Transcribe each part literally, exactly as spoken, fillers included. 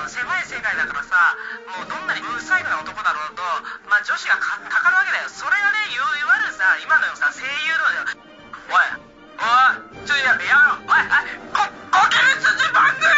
狭い世界だからさ、もうどんなにうさいな男だろうと、まあ女子がかかかるわけだよ。それがね、いわゆるさ、今のさ、声優のだよ。おいおい、ちょややろ、おいおい、ここける筋番組。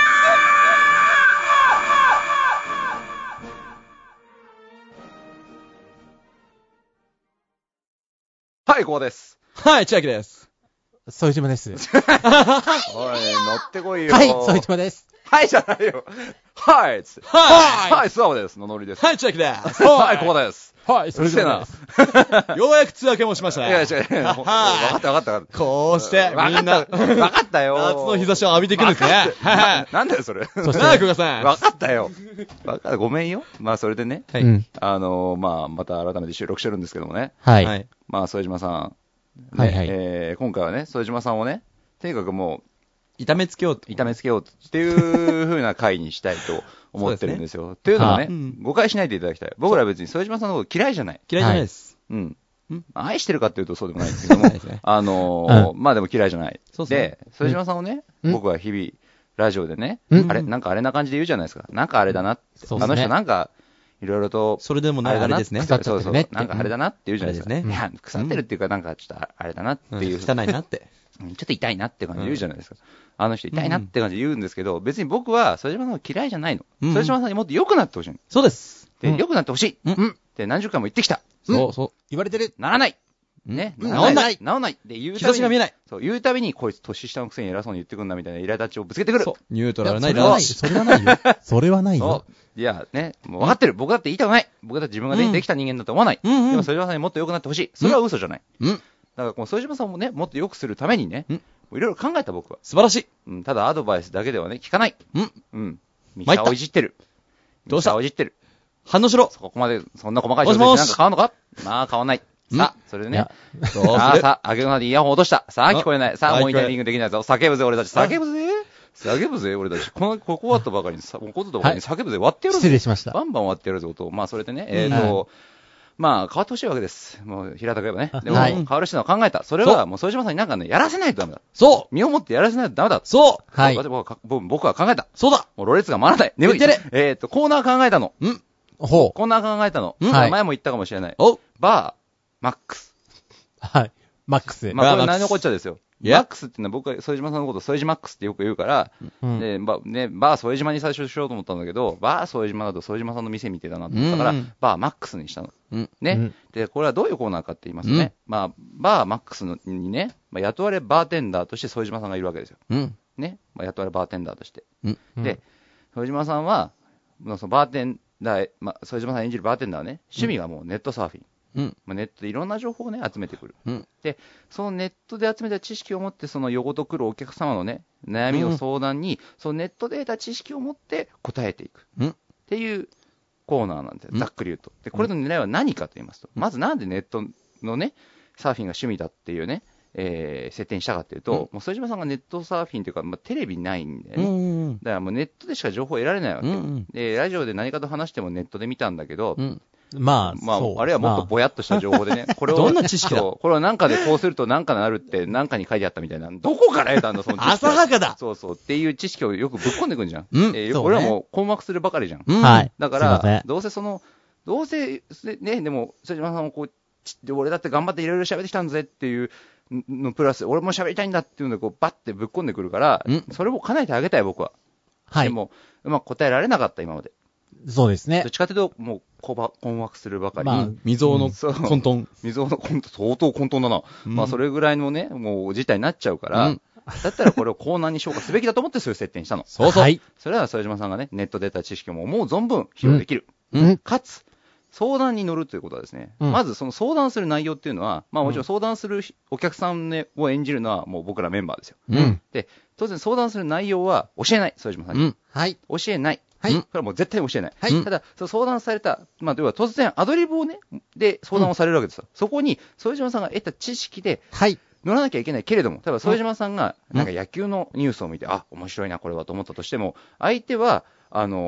はい、こうです。 はい、千秋です。 副島です。おい、 乗ってこいよ。 はい、副島です。 はい、じゃないよ。はい、 はい、 はい、スワボです。ののりです。 はい、千秋です。 はい、こうです。 はい、それではです。 ようやく通訳もしましたね。 いや、違う、違う。分かった、分かった。 こうして、みんな、 分かったよ。 夏の日差しを浴びていくんですね。 はい。なんだよ、それ。 そして、久我さん。 分かったよ。分かった、ごめんよ。まあ、それでね。 はい。 あの、まあ、また改めて収録してるんですけどもね。 はい。 まあ、副島さん。 はいはい。 えー、今回はね、副島さんをね、とにかくもう、 痛めつけようと。 痛めつけようっていう風な回にしたいと思ってるんですよ。っていうのもね、誤解しないでいただきたい。僕らは別に副島さんのこと嫌いじゃない。 嫌いじゃないです。 うん。愛してるかっていうとそうでもないんですけども、あの、まあでも嫌いじゃない。で、副島さんをね、僕は日々、ラジオでね、あれ、なんかあれな感じで言うじゃないですか。なんかあれだなって。あの人なんか、いろいろと、 それでもないあれですね。 腐っちゃってるね。 なんかあれだなって言うじゃないですか。いや、腐ってるっていうか、なんかちょっとあれだなっていう。 汚いなって。 ちょっと痛いなって感じで言うじゃないですか。あの人痛いなって感じで言うんですけど、別に僕は副島さんは嫌いじゃないの。副島さんにもっと良くなってほしいの。 そうです。 で、良くなってほしい。って何十回も言ってきた。 そうそう。 言われてる。 ならない。ね。 治んない。 治んない。で、言うたびに。 日差しが見えない。 そう、言うたびに、こいつ年下のくせに偉そうに言ってくんだみたいな苛立ちをぶつけてくる。そう。 ニュートラルな苛立ち。 それはないよ。それはないよ。 いや、ね、もう分かってる。僕だって言いたくない。僕だって自分がね、できた人間だと思わない。でも、副島さんにもっと良くなってほしい。それは嘘じゃない。だから、この副島さんもね、もっと良くするためにね、いろいろ考えた僕は。 素晴らしい。 うん、ただアドバイスだけではね、聞かない。 うん。 うん。ミキサーをいじってる。 どうした？ ミキサーをいじってる。 反応しろ。 そこまで、そんな細かい情報でなんか変わんのか？まあ変わんない。さあ、それでね。さあ、さあ、あげのなでイヤホン落とした。さあ、聞こえない。さあ、モニタリングできないぞ。叫ぶぜ、俺たち。叫ぶぜ。叫ぶぜ、俺たち。この、ここ終わったばかりに、ここったばかりに叫ぶぜ。割ってやるぞ。 失礼しました。 バンバン割ってやるぞ、音。まあ、それでね、えっと、まあ、変わってほしいわけです。もう、平たく言えばね。でも、変わる人は考えた。それは、もう、副島さんになんかね、やらせないとダメだ。 そう。 身をもってやらせないとダメだ。 そう。 はい。 僕は考えた。 そうだ。 もう、ろれつが回らない。眠い。えっと、コーナー考えたの。 うん。 ほう。コーナー考えたの。前も言ったかもしれない。 おバー、マックス。 はい。マックス。 まあ、これ何のこっちゃですよ。マックスっていうのは僕は副島さんのこと副島マックスってよく言うから、で、ば、ね、バー副島に最初しようと思ったんだけど、バー副島だと副島さんの店みてえだなと思ったから、バーマックスにしたの。ね。で、これはどういうコーナーかって言いますとね、まあ、バーマックスにね、まあ、雇われバーテンダーとして副島さんがいるわけですよ。ね。まあ、雇われバーテンダーとして。で、副島さんは、そのバーテンダー、まあ、副島さん演じるバーテンダーはね、趣味がもうネットサーフィン。うんまあ、ネットでいろんな情報をね、集めてくる、うん。で、そのネットで集めた知識を持って、その横と来るお客様のね、悩みを相談に、うん、そのネットで得た知識を持って答えていく。うん、っていうコーナーなんですよ。ざっくり言うと。で、これの狙いは何かと言いますと、うん、まずなんでネットのね、サーフィンが趣味だっていうね、えー、設定にしたかっていうと、うん、もう副島さんがネットサーフィンというか、まあ、テレビないんだよね、うんうん。だからもうネットでしか情報を得られないわけ。うんうん、で、ラジオで何かと話してもネットで見たんだけど、うんまあ、 まあ、あれはもっとぼやっとした情報でね、これを、 どんな知識だこれはなんかでこうするとなんかなるってなんかに書いてあったみたいな、どこから得たんだ、その知識。 浅はかだそうそう、っていう知識をよくぶっ込んでくんじゃん。 うん。 えー、俺はもう困惑するばかりじゃん。 うん、はい。 だから、どうせその、どうせ、ね、でも、副島さんもこう、で俺だって頑張っていろいろ喋ってきたんだぜっていうのプラス、俺も喋りたいんだっていうので、こう、バッてぶっ込んでくるから、うん、それも叶えてあげたい、僕は。はい。でも、うまく答えられなかった、今まで。 そうですね。 どっちかというと、もう、こば、困惑するばかり。 まあ、未曾有の混沌。 未曾有の混沌、相当混沌だな。うん、まあ、それぐらいのね、もう、事態になっちゃうから、うん、だったらこれをコーナーに消化すべきだと思ってそういう設定にしたの。 そうそう。はい。 それは、副島さんがね、ネットで得た知識をもう存分披露できる。うん。かつ、相談に乗るということはですね、うん、まずその相談する内容っていうのは、まあもちろん相談するお客さん、ね、を演じるのはもう僕らメンバーですよ。うん。で、当然相談する内容は教えない、副島さんに。うん。はい。教えない。はい。これはもう絶対教えない。はい。ただ、その相談された、まあ、要は突然アドリブをね、で相談をされるわけですよ。うん、そこに、副島さんが得た知識で、はい。乗らなきゃいけないけれども、例えば副島さんが、なんか野球のニュースを見て、うん、あ、面白いな、これはと思ったとしても、相手は、あの、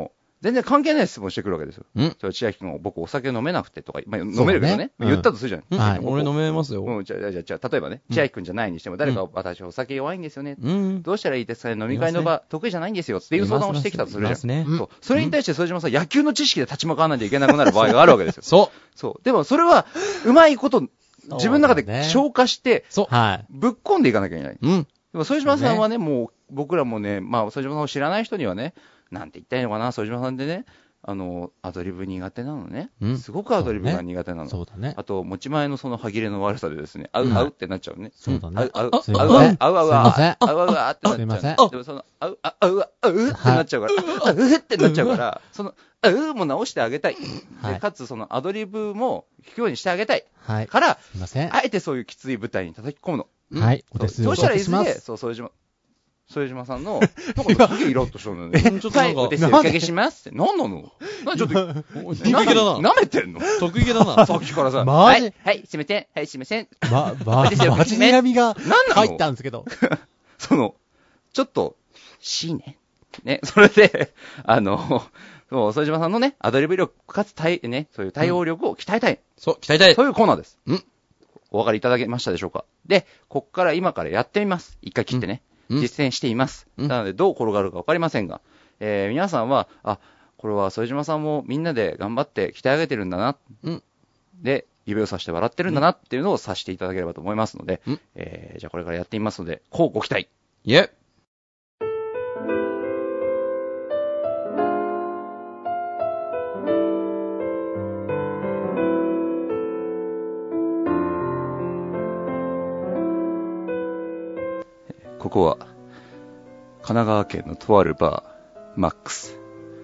全然関係ない質問してくるわけですよ。 うん。 それ千秋君、僕お酒飲めなくてとか、まあ、飲めるけどね。 うん、 言ったとするじゃん。 うん、 はい。 俺飲めますよ。 うん、じゃあ、じゃあ、じゃあ、例えばね、千秋君じゃないにしても、誰か、うん、私お酒弱いんですよね。うん。どうしたらいいですかね、飲み会の場、得意じゃないんですよ。っていう相談をしてきたとするじゃん。ますね。そう。それに対して副島さん、野球の知識で立ち向かわないといけなくなる場合があるわけですよ。 そう。 そう。でも、それは、うまいこと、自分の中で消化して、 そう。はい。 ぶっ込んでいかなきゃいけない。 うん。 でも、副島さんはね、もう、僕らもね、まあ、副島さんを知らない人にはね、なんて言ったらいいのかな、副島さんってね、あの、アドリブ苦手なのね。うん、すごくアドリブが苦手なの。 そうだね。 あと、持ち前のその歯切れの悪さでですね、あう、あうってなっちゃうね。 そうだね。 あう、あう、 あう、 あう、あう、あう、あう、あう、 ああってなっちゃう。すいません。でもその、あう、あう、あうってなっちゃうから、あうってなっちゃうから、その、あうも直してあげたい。で、かつそのアドリブも聞くようにしてあげたい。はい。から、すいません。あえてそういうきつい舞台に叩き込むの。 はい。 そうしたらいずれ、そう、副島、副島さんの、なんかすげえイラッとしたのね。ちょっとなんか、お手数おかけしますって。なんなのなんちょっと、 得意げだな。 舐めてんの得意げだな。 さっきからさ。 マジはい、すいません。はい、すいません。 ま、ま、マジ苦味が入ったんですけど。 その、ちょっと、しいね。ね、それで、あの、そう、副島さんのね、アドリブ力かつ対、ね、そういう対応力を鍛えたい。 そう、鍛えたい。 そういうコーナーです。 うん。 お分かりいただけましたでしょうか。で、こっから今からやってみます。一回切ってね。実践しています。うん、なので、どう転がるか分かりませんが、えー、皆さんは、あ、これは副島さんもみんなで頑張って鍛え上げてるんだな。うん、で、指をさして笑ってるんだなっていうのを察していただければと思いますので、うん、えー、じゃあこれからやってみますので、こうご期待。 いえ。 ここは、神奈川県のとあるバー、マックス。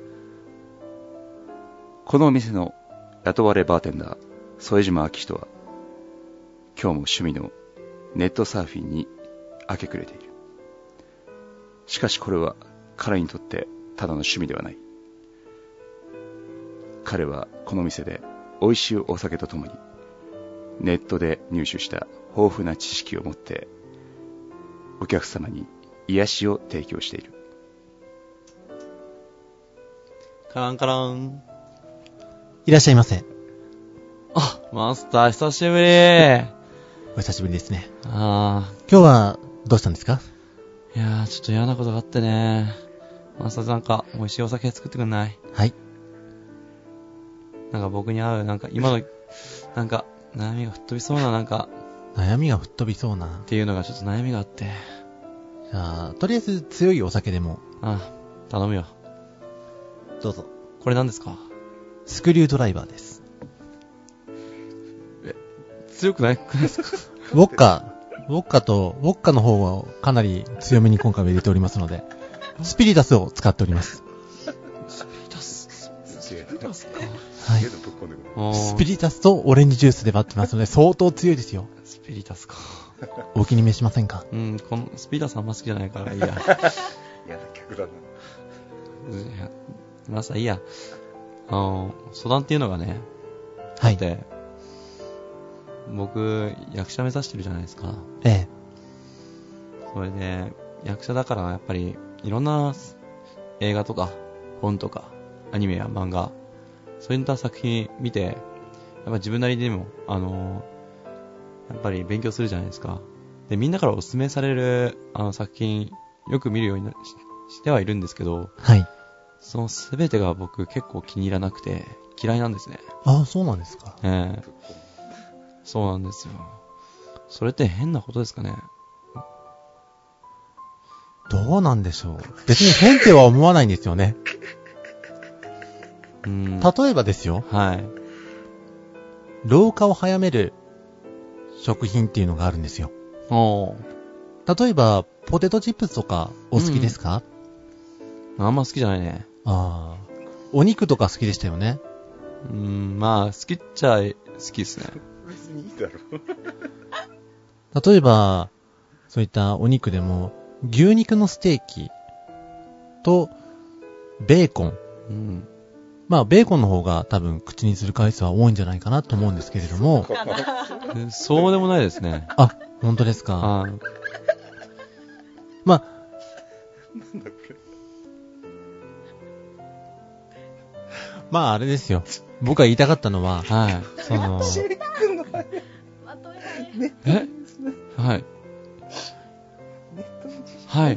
このお店の雇われバーテンダー、副島明人は、今日も趣味のネットサーフィンに明け暮れている。しかしこれは彼にとってただの趣味ではない。彼はこの店で美味しいお酒とともに、ネットで入手した豊富な知識を持って、お客様に癒しを提供している。 カランカラン。 いらっしゃいませ。 あ、マスター久しぶり。 お久しぶりですね。 ああ。 今日はどうしたんですか？ いやー、ちょっと嫌なことがあってね。マスターなんか美味しいお酒作ってくんない？ はい。 なんか僕に合う、なんか今の、なんか悩みが吹っ飛びそうな、なんか。 悩みが吹っ飛びそうな。 っていうのがちょっと悩みがあって。 じゃあ、とりあえず強いお酒でも。 ああ、頼むよ。 どうぞ。 これ何ですか？ スクリュードライバーです。 え、強くないくないですか？ ウォッカ、ウォッカと、ウォッカの方はかなり強めに今回は入れておりますので、スピリタスを使っております。 スピリタススピリタスか。 はい。スピリタスとオレンジジュースで割ってますので、相当強いですよ。 スピリタスか。 お気に召しませんか？ うん、このスピリタスあんま好きじゃないからいいや。 嫌な客だな。 いや、まあさ、いいや。あの、相談っていうのがね、 はい。 で、僕、役者目指してるじゃないですか。 ええ。 それで、役者だからやっぱり、いろんな映画とか、本とか、アニメや漫画、そういった作品見て、やっぱ自分なりにも、あの、やっぱり勉強するじゃないですか。で、みんなからお勧めされる、あの作品、よく見るように し, してはいるんですけど、 はい。 そのすべてが僕結構気に入らなくて、嫌いなんですね。 ああ、そうなんですか。 ええ。そうなんですよ。それって変なことですかね。 どうなんでしょう。別に変っては思わないんですよね。 うん。 例えばですよ。 はい。 老化を早める食品っていうのがあるんですよ。 おー。例えば、ポテトチップスとかお好きですか？ うん、あんま好きじゃないね。 ああ。お肉とか好きでしたよね。 うーん、まあ、好きっちゃ好きですね。 別にいいだろ。 例えば、そういったお肉でも、牛肉のステーキと、ベーコン。 うん。 まあ、ベーコンの方が多分口にする回数は多いんじゃないかなと思うんですけれども。 そうでもないですね。 あ、本当ですか。 あまあ、 なんだこれ。 まああれですよ。僕が言いたかったのは、 はい。 その、 えはい。はい。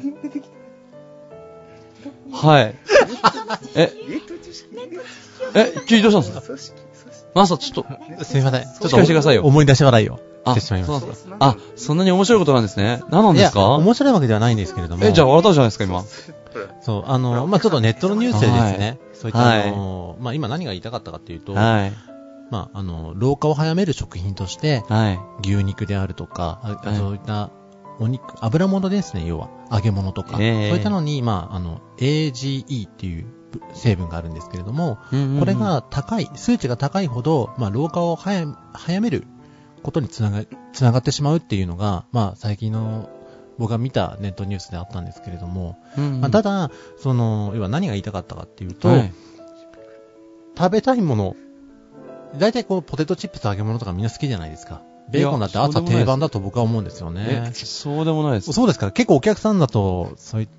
はい。え、え、急にどうしたんですか？マスター、ちょっと、 すみません。ちょっと聞かせてくださいよ。 思い出し笑いをあ、 してしまいました。 そうなんですか。あ、そんなに面白いことなんですね。何なんですか？ いや、面白いわけではないんですけれども。 え、じゃあ笑ったじゃないですか、今。 そう、あの、まあちょっとネットのニュースでですね、はい、そういったあの、 はい、 まあ今何が言いたかったかっていうと、 はい、 まああの、老化を早める食品として、はい、牛肉であるとか、あはい、そういったお肉、油物ですね、要は、揚げ物とか、えー、そういったのに、まああの、エージーイー っていう成分があるんですけれども、うんうんうん、これが高い、数値が高いほど、まあ老化を早早めることにつなが、つながってしまうっていうのが、まあ最近の僕が見たネットニュースであったんですけれども、うんうんまあ、ただ、その、要は何が言いたかったかっていうと、はい、食べたいもの、大体こうポテトチップス揚げ物とかみんな好きじゃないですか。ベーコンだって朝定番だと僕は思うんですよね。 そうでもないです。 そうですから、結構お客さんだと、そう言って、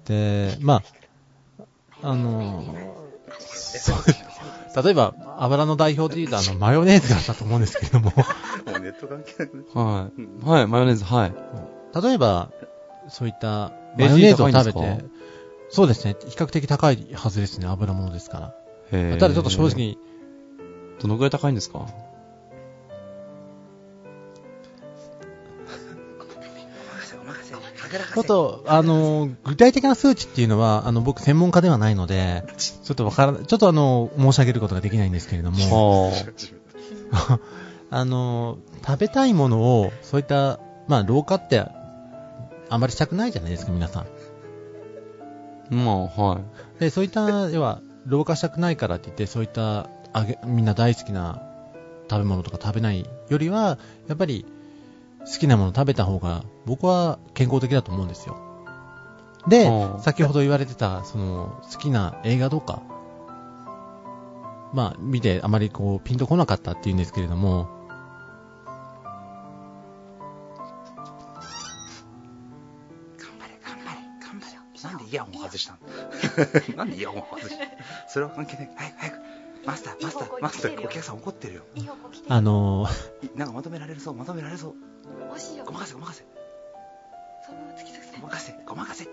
まあ、あの、例えば、油の代表で言うと、あの、マヨネーズだったと思うんですけれども。もうネット関係なくね。 はい。はい、マヨネーズ、はい。 例えば、そういったマヨネーズを食べて、そうですね、比較的高いはずですね、油物ですから。へただちょっと正直、 どのくらい高いんですか？ ちょっと、あの、具体的な数値っていうのは、あの、僕専門家ではないので、ちょっとわからない、ちょっとあの、申し上げることができないんですけれども、あの、食べたいものを、そういった、まあ、老化って、あまりしたくないじゃないですか、皆さん。まあ、はい。 で、そういった、要は、老化したくないからって言って、そういった、あげ、みんな大好きな食べ物とか食べないよりは、やっぱり、好きなもの食べた方が、僕は健康的だと思うんですよ。で、先ほど言われてた、その、好きな映画とか、まあ、見てあまりこう、ピンとこなかったっていうんですけれども、 なんでイヤホン外したのなんでイヤホン外したのそれは関係ない。早く早く。マスター、マスター、マスター、お客さん怒ってるよ。 あのー、なんかまとめられるそう、まとめられそう。ごまかせ、ごまかせ。ごまかせ、ごまかせって。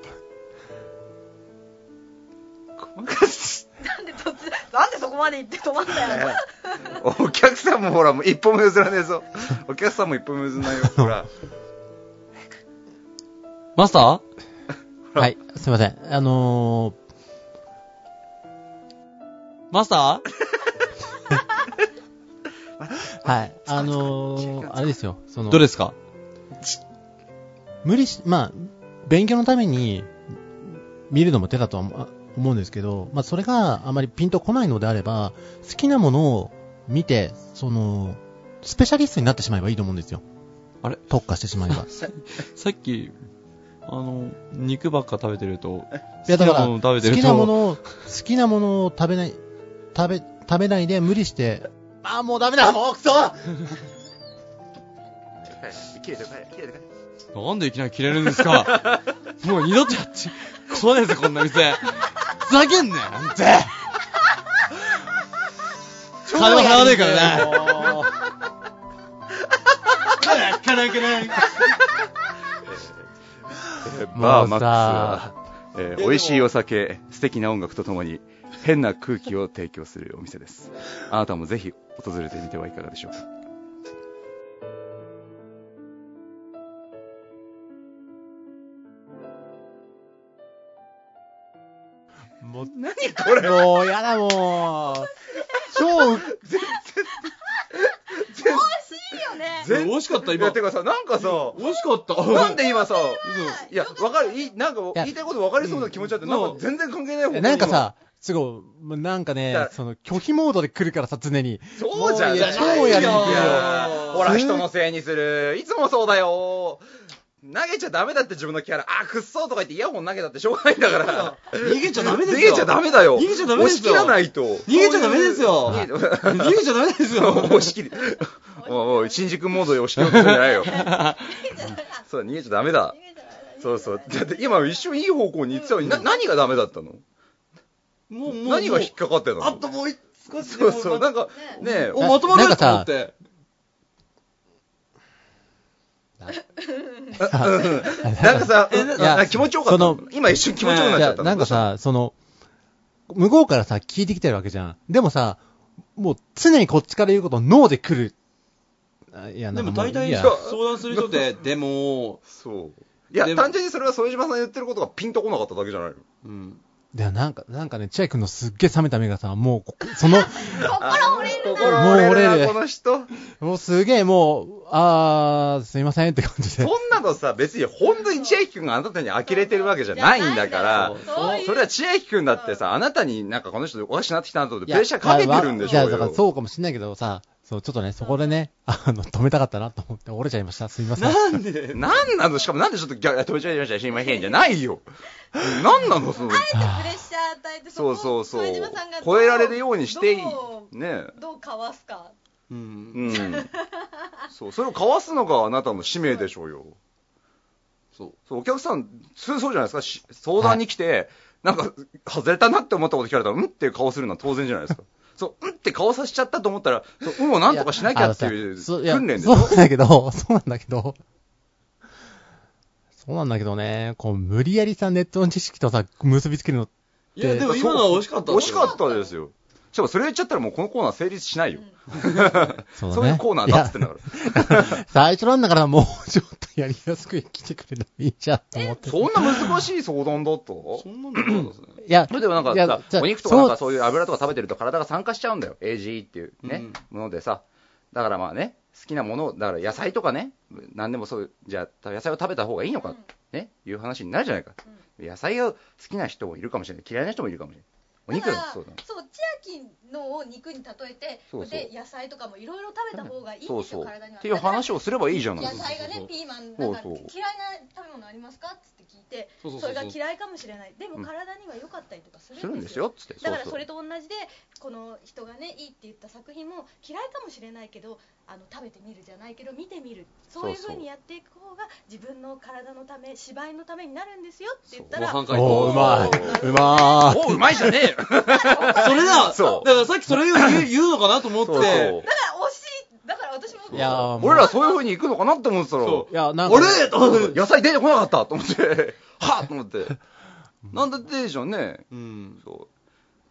ごまかせ。 なんで突然、なんでそこまで行って止まったよ。 お客さんもほら、もう一歩も譲らねえぞ。お客さんも一歩も譲らないよ、ほら。 マスターはい、すいません。あのー、 マスターはい、あのー、あれですよ。そのどうですか？ 無理し、まあ、勉強のために見るのも手だとは思うんですけど、まあ、それがあまりピンとこないのであれば、好きなものを見て、その、スペシャリストになってしまえばいいと思うんですよ。 あれ特化してしまえば。 さっき、あの、肉ばっか食べてると、 いやだから、好きなものを、好きなものを食べない、食べ、食べないで無理して、ああ、もうダメだ、もうクソ切れて帰れ、切れて帰れ。 なんでいきなり切れるんですかもう二度とやっち、来ねえぞ、こんな店。ふざけんなよ、なんて。金は払わねえからね。カランカラン。 バーマックスは、えー、美味しいお酒、素敵な音楽とともに変な空気を提供するお店です。あなたもぜひ訪れてみてはいかがでしょうか。 もう、 何これもう、やだもう。超、全然、 全然。美味しいよね。 全然美味しかった、今。 いや、てかさ、なんかさ、 美味しかった。 なんで今さ、いや、わかる、い、なんか、言いたいこと分かりそうな気持ちあって、なんか全然関係ない方がなんかさ、すごい、なんかね、その、拒否モードで来るからさ、常に。 そうじゃん、 超やりにくいよ。 ほら、人のせいにする。いつもそうだよ。投げちゃダメだって自分のキャラ。あ、くっそーとか言ってイヤホン投げたってしょうがないんだから。 逃げちゃダメですよ。 逃げちゃダメだよ。 逃げちゃダメですよ。 押し切らないと。 逃げちゃダメですよ。逃げちゃダメですよ。 押し切り。おいおい、新宿モードで押し切ろうとするんじゃないよ。そう、逃げちゃダメだ。そうそう。だって今一瞬いい方向に行ってたのに、な、何がダメだったの？もう、もう。何が引っかかってたの？ あともう一、 少しでも。 そうそう、なんか、ねえ、 お、まとまると思って。 なんかさ、いや気持ちよかった。今一瞬気持ちよくなっちゃった。 なんかさ、その、向こうからさ、聞いてきてるわけじゃん。でもさ、もう常にこっちから言うことをノーで来る。 いや、でも大体相談する人って、でも、 そう。いや、単純にそれは副島さん言ってることがピンとこなかっただけじゃないの。うん。 で、なんか、なんかね、千秋くんのすっげえ冷めた目がさ、もう、その、 心折れるな。もう折れる。この人。 もうすげえもう、あー、すいませんって感じで。 そんなのさ、別に本当に千秋くんがあなたに呆れてるわけじゃないんだから、それは千秋くんだってさ、あなたになんかこの人おかしくなってきたなと思ってプレッシャーかけてるんでしょうよ。 いや、だからそうかもしんないけどさ、そう、ちょっとね、そこでね、あの、止めたかったなと思って折れちゃいました。すいません。 なんでなんなのしかもなんでちょっと止めちゃいましたすいませんじゃないよ。なんなのその。 あえてプレッシャー与えて、 そうそうそう。超えられるようにしていい。ねどうかわすか。 うん。うん。そう、それをかわすのがあなたの使命でしょうよ。そう。そう、お客さん、そうじゃないですか。相談に来て、はい、なんか、外れたなって思ったこと聞かれたら、うんっていう顔するのは当然じゃないですか。そう、うんって顔させちゃったと思ったら、そう、うんをなんとかしなきゃっていう訓練でしょ。 そうなんだけど、そうなんだけど、そうなんだけどね、こう、無理やりさ、ネットの知識とさ、結びつけるのって。 いや、でも今のは惜しかった。 惜しかったですよ。しかもそれ言っちゃったらもうこのコーナー成立しないよ。うん、そうね、そういうコーナーだっつってんだから。 最初なんだからもうちょっとやりやすく来てくれればいいじゃんと思って。 そんな難しい相談だった？ そんなんだったんですね。 いや、 でもなんかさ、お肉とかなんかそういう油とか食べてると体が酸化しちゃうんだよ。エージー っていうね、うん、ものでさ。だからまあね、好きなもの、だから野菜とかね、なんでもそういう、じゃあ野菜を食べた方がいいのか、うん、ね、いう話になるじゃないか。うん、野菜が好きな人もいるかもしれない。嫌いな人もいるかもしれない。お肉だそうだ、 そう、千秋のを肉に例えて、そうそうで野菜とかもいろいろ食べた方がいいんですよ、そうそう体には。 っていう話をすればいいじゃない。 野菜がね、ピーマンなんか嫌いな食べ物ありますかって聞いて、そうそうそうそう、それが嫌いかもしれない。でも体には良かったりとかするんですよ。 するんですよっつって。 だからそれと同じで、この人がねいいって言った作品も嫌いかもしれないけど、あの食べてみるじゃないけど見てみる。そういう風にやっていく方が自分の体のため、芝居のためになるんですよって言ったら、 おーうまい、うまい。おうまいじゃねえよ。 それだ。そう。だからさっきそれ言う言うのかなと思って。そうそう、だから惜しい。だから私も。 いや俺らそういう風に行くのかなって思ってたら。そう。 いやなんか。 俺野菜出てこなかったと思って、はっと思って。なんだってじゃんね。うん。そう。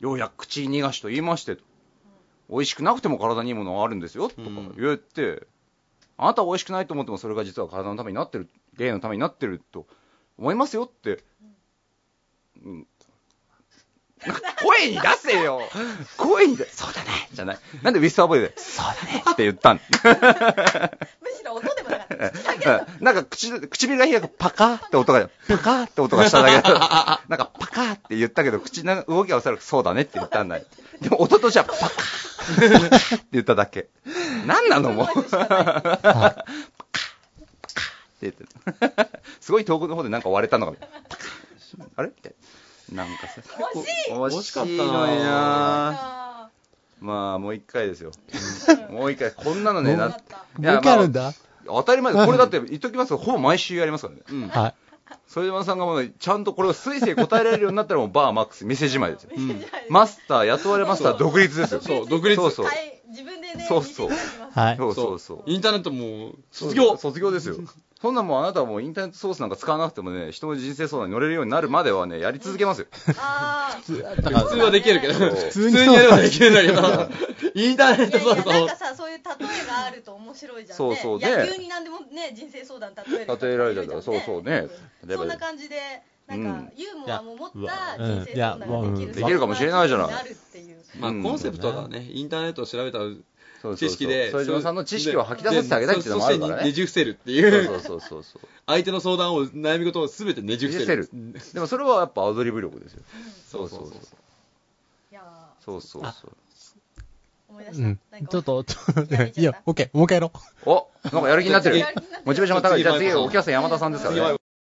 ようやく口に逃がしと言いましてと。美味しくなくても体にいいものがあるんですよとか言って、うん、あなたは美味しくないと思ってもそれが実は体のためになってる、芸のためになってると思いますよって。うん、声に出せよ。声に出せ。そうだねじゃない。なんでウィスパーボイスでそうだねって言ったん。むしろ音でもなかった。 なんか口唇が開くパカーって音がパカーって音がしただけど、なんかパカーって言ったけど口の動きはおそらくそうだねって言ったんだよ。でも音としてはパカーって言っただけ。何なのもう。パカーって言って。すごい遠くの方でなんか割れたのが。あれみたいな。なんかさ、 惜しい惜しかったのにな。まあもう一回ですよ。もう一回こんなのね、 な、もう一回あるんだ。 当たり前です。これだって言っときますけど、ほぼ毎週やりますからね。うん。 はい。 副島さんがもうちゃんとこれをスイスイ答えられるようになったらもうバーマックス店じまいですよ。うん、マスター雇われマスター独立ですよ。 そう独立。 そうそう。 はい、自分でね。 そうそう。 はい。 そうそうそう。 インターネットもう卒業卒業ですよ。そんなもうあなたはもうインターネットソースなんか使わなくてもね、人の人生相談に乗れるようになるまではね、やり続けますよ。 ああ。 普通はできるけど、普通にやればできるんだけど、インターネットソースを。 なんかさ、そういう例えがあると面白いじゃんね。そうそうね。野球になんでもね、人生相談例える。 例えられたら、そうそうね。 そんな感じで、なんかユーモアも持った人生相談ができる。 できるかもしれないじゃない。 まあコンセプトがね、インターネットを調べた知識で、 副島さんの知識を吐き出させてあげたいっていうのもあるからね。 そしてねじ伏せるっていう。 そうそうそうそう。 相手の相談を、悩み事をすべてねじ伏せる。 でもそれはやっぱアドリブ力ですよ。そうそうそう。 いやそうそうそう。 思い出した。 ちょっと、いや、オッケー、もう一回やろう。お、なんかやる気になってる。モチベーションが高い。じゃあ次、お客さん山田さんですからね。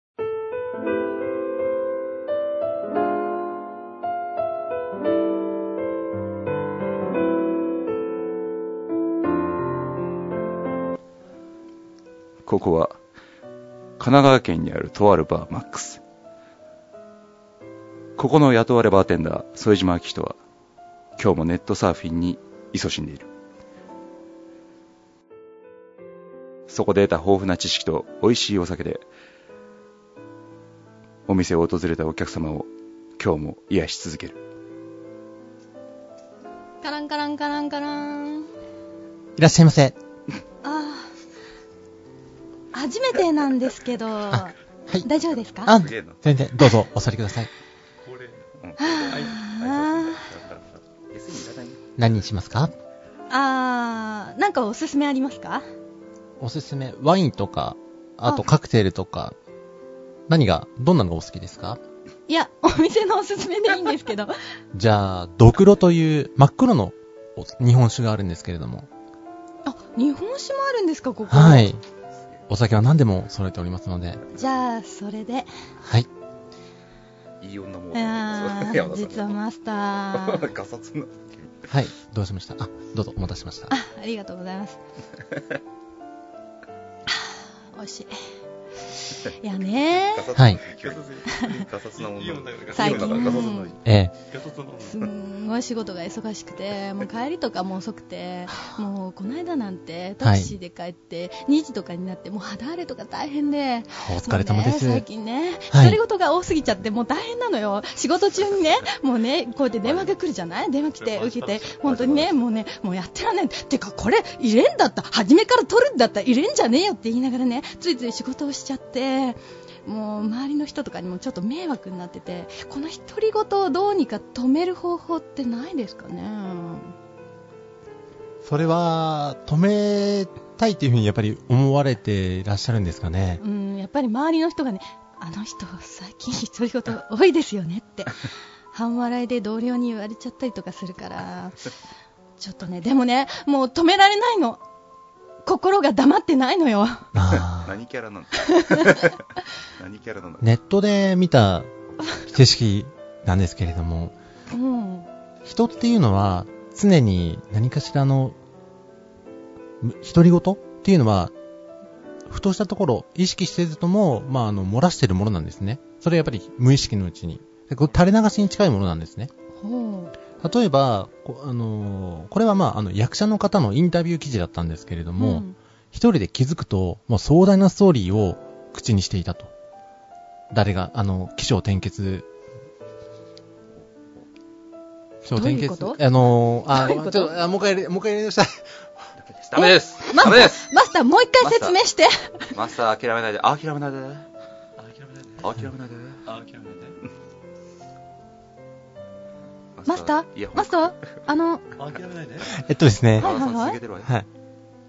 ここは神奈川県にあるとあるバーマックス。ここの雇われバーテンダー副島明人は今日もネットサーフィンに勤しんでいる。そこで得た豊富な知識と美味しいお酒でお店を訪れたお客様を今日も癒し続ける。 カランカランカランカラン。 いらっしゃいませ。 ああ、初めてなんですけど、 はい、 大丈夫ですか？ あ、全然どうぞお座りください。何にしますか？ あー、なんかおすすめありますか？ おすすめ、ワインとか、あとカクテルとか、何が、どんなのがお好きですか？ いや、お店のおすすめでいいんですけど。 じゃあ、ドクロという真っ黒の日本酒があるんですけれども。 あ、日本酒もあるんですか、ここ？ はい。お酒は何でも揃えておりますので。 じゃあ、それで。 はい。 いい女も。 あー、実はマスター。 ガサツな。 はい、どうしました？あ、どうぞお待たせしました。 あ、ありがとうございます。美味しい。いやねー。 はい。 ガサツな女。 最近、 ええ。 すんごい仕事が忙しくて、もう帰りとかも遅くて、もうこの間なんてタクシーで帰って、にじとかになってもう肌荒れとか大変で、 お疲れ様です。 ね、最近ね、 はい、 独り言が多すぎちゃってもう大変なのよ。仕事中にね、もうね、こうやって電話が来るじゃない？電話来て受けて、本当にね、もうね、もうやってらんない。てかこれ入れんだった、初めから取るんだったら入れんじゃねえよって言いながらね、ついつい仕事をしちゃって、もう周りの人とかにもちょっと迷惑になってて、この独り言をどうにか止める方法ってないですかね？ それは止めたいというふうにやっぱり思われていらっしゃるんですかね？ うん、やっぱり周りの人がね、あの人最近独り言多いですよねって半笑いで同僚に言われちゃったりとかするから、ちょっとね、でもね、もう止められないの。心が黙ってないのよ。 何キャラなんだ何キャラなんだ。 ネットで見た知識なんですけれども、 うん、 人っていうのは常に何かしらの独り言っていうのはふとしたところ意識せずとも、まあ、あの漏らしているものなんですね。それはやっぱり無意識のうちにこれ垂れ流しに近いものなんですね。 ほう。 例えば、こ、あのー、これはまあ、あの、役者の方のインタビュー記事だったんですけれども、うん、一人で気づくと、もう壮大なストーリーを口にしていたと。誰が、あの、起承転結。 起承転結。 あのー、あ、ちょっと、あ、もう一回、もう一回やりました。 ダメです。 ダメです。 マスター、もう一回説明して。 マスター、諦めないで。諦めないで。諦めないで。諦めないで。諦めないで。 マスターマスターあの、 諦めないで。 えっとですね。 はいはいはい。 はい。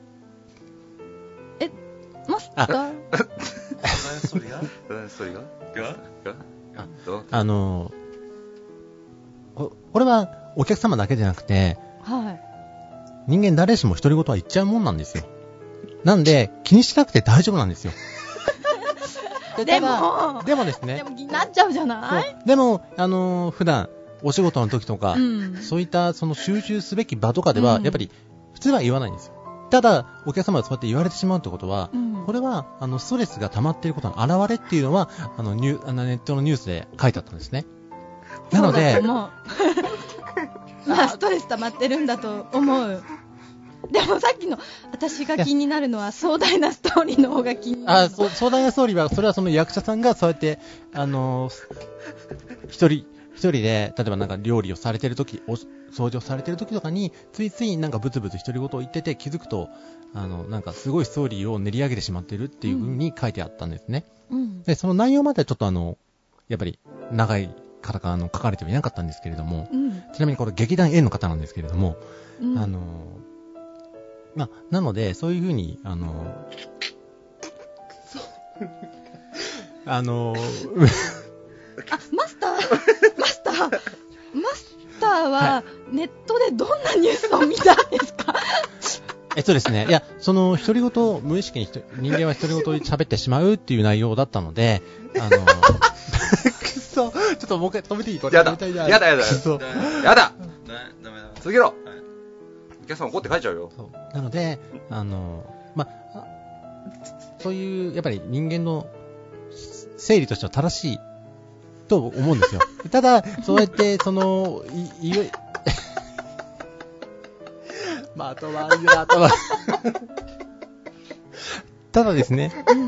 え、マスターストーリーがストーリーががあの、これはお客様だけじゃなくて、 はい。 人間誰しも独り言は言っちゃうもんなんですよ。なんで、気にしなくて大丈夫なんですよ。 でも、 でもですね。 でも気になっちゃうじゃない？ でも、あのー、普段、お仕事の時とか、うん、そういったその集中すべき場とかでは、うん、やっぱり普通は言わないんですよ。ただ、お客様がそうやって言われてしまうってことは、うん、これはあのストレスが溜まっていることの表れっていうのは、あのニュあのネットのニュースで書いてあったんですね。なので、 まあ、ストレス溜まってるんだと思う。でもさっきの私が気になるのは壮大なストーリーの方が気になる。 あ、そ壮大なストーリーは、それはその役者さんがそうやって、あのー、一人、一人で、例えばなんか料理をされてるとき、掃除をされてるときとかに、ついついなんかブツブツ独り言を言ってて気づくと、あの、なんかすごいストーリーを練り上げてしまってるっていう風に書いてあったんですね。うん、で、その内容まではちょっとあの、やっぱり長い方があの書かれてはいなかったんですけれども、うん、ちなみにこれ劇団 A の方なんですけれども、うん、あの、まあ、なので、そういう風に、あの、あの、 あ、マスターマスターマスターはネットでどんなニュースを見たんですか？ えっとですね、いや、その独り言、無意識に人間は独り言で喋ってしまうっていう内容だったので、あの、くそ、ちょっともう一回止めていい？ やだ、やだやだ、やだ、続けろ。お客さん怒って帰っちゃうよ。 そうなので、あの、まあ、そういうやっぱり人間の整理としては正しいと思うんですよ。ただ、そうやって、その、い、いまとまりまとまり。ただですね。うん。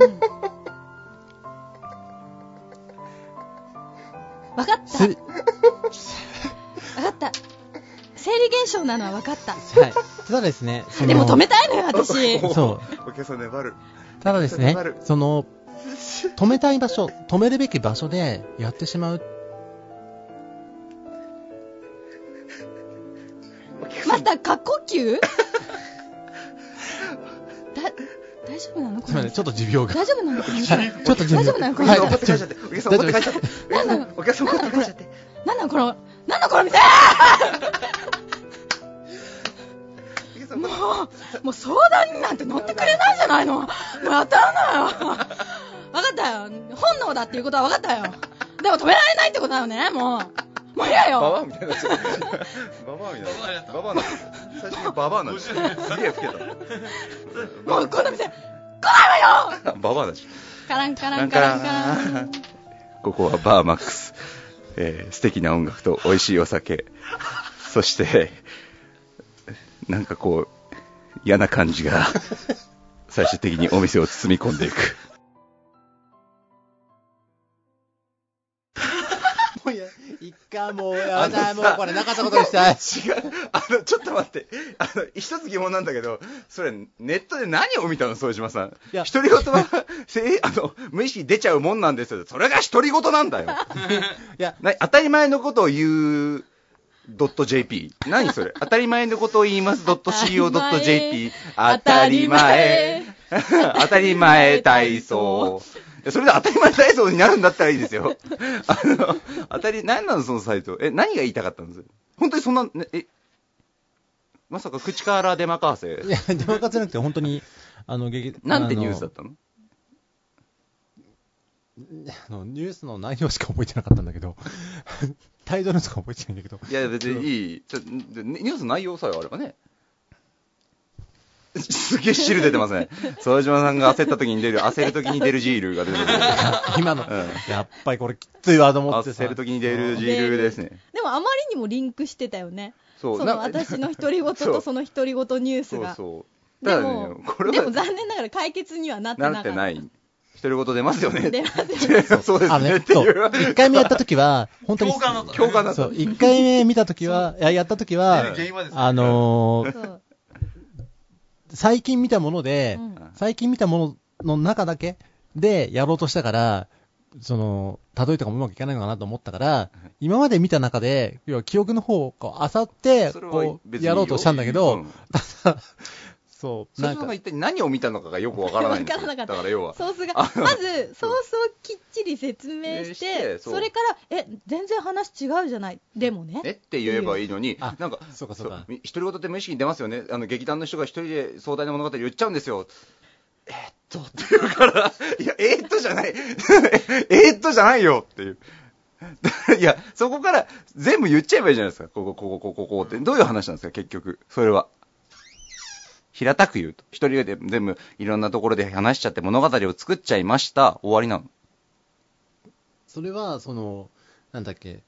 わかった。わかった。生理現象なのはわかった。はい。 ただですね。 でも止めたいのよ、私。 そう。 お客さん粘る。 ただですね、その、止めたい場所、止めるべき場所でやってしまう。 また、過呼吸だ、大丈夫なのこれ。 ちょっと持病が。 大丈夫なのこれ。 ちょっと持病。 大丈夫なのこれ。 お客さん持って帰っちゃって。お客さん持って帰っちゃって。お客さん持って帰っちゃって。 なんなのこの、なんなのこの店もう、もう相談になんて乗ってくれないじゃないの。もう当たらないよ。分かったよ。本能だっていうことは分かったよ。でも止められないってことだよね、もう。もう嫌よ。 ババアみたいな。ババアみたいな。ババアな。最初にババアな。すげえ老けた。 もうこんな店、来ないわよ。 ババアだし。 カランカランカランカラン。 ここはバーマックス。えー、素敵な音楽と美味しいお酒。そして、なんかこう、嫌な感じが、最終的にお店を包み込んでいく。 もうや、一回もうやだ、もうこれなかったことにしたい。 違う、あの、ちょっと待って、あの、一つ疑問なんだけど、それ、ネットで何を見たの、副島さん。独り言は、あの、無意識出ちゃうもんなんですよ。それが独り言なんだよ。いや、当たり前のことを言う、ドット ジェーピー 何それ当たり前のことを言います .co.jp 当たり前当たり前体操それで当たり前体操になるんだったらいいですよ。あの当たり何なのそのサイト。え何が言いたかったんです本当にそんな、ね、えまさか口から出まかせ。 いや出まかせじゃなくて本当にあの劇なんてニュースだったのあのニュースの内容しか覚えてなかったんだけどタイトルしか覚えてないんだけど。 いや別にいいちょニュース内容さえあればね。すげえ汁出てますね。副島さんが焦った時に出る焦る時に出るジールが出てる。 今の、うん、やっぱりこれきついわと思ってさ。 焦る時に出るジールですね。 でもあまりにもリンクしてたよね。 そうその私の独り言とその独り言ニュースが。 そうそうでも、ね、これはでも残念ながら解決にはなってなかった。 なってない。独り言出ますよね。 出ますよね。 そうですね。っていう。 一回目やった時は、本当に。 共感だった。共感だった。 そう、一回目見た時は、いや、やった時は、あのー、最近見たもので、うん、最近見たものの中だけでやろうとしたから、その、例えとかもうまくいかないのかなと思ったから、今まで見た中で、要は記憶の方をこう、漁って、こう、やろうとしたんだけど、ただ、そう。 なんか一体何を見たのかがよくわからないんですよ。だから要は。 ソースが、まず、ソースをきっちり説明して、それから、え、全然話違うじゃない。でもね。 えって言えばいいのに、なんか、そうかそうか。独り言って無意識に出ますよね。あの、劇団の人が一人で壮大な物語言っちゃうんですよ。えっと、って言うから、いや、えー、っとじゃない。えー、っとじゃないよっていう。いや、そこから全部言っちゃえばいいじゃないですか。ここ、ここ、ここ、ここって。どういう話なんですか、結局。それは。平たく言うと。一人で全部いろんなところで話しちゃって物語を作っちゃいました。終わりなの。 それは、その、なんだっけ。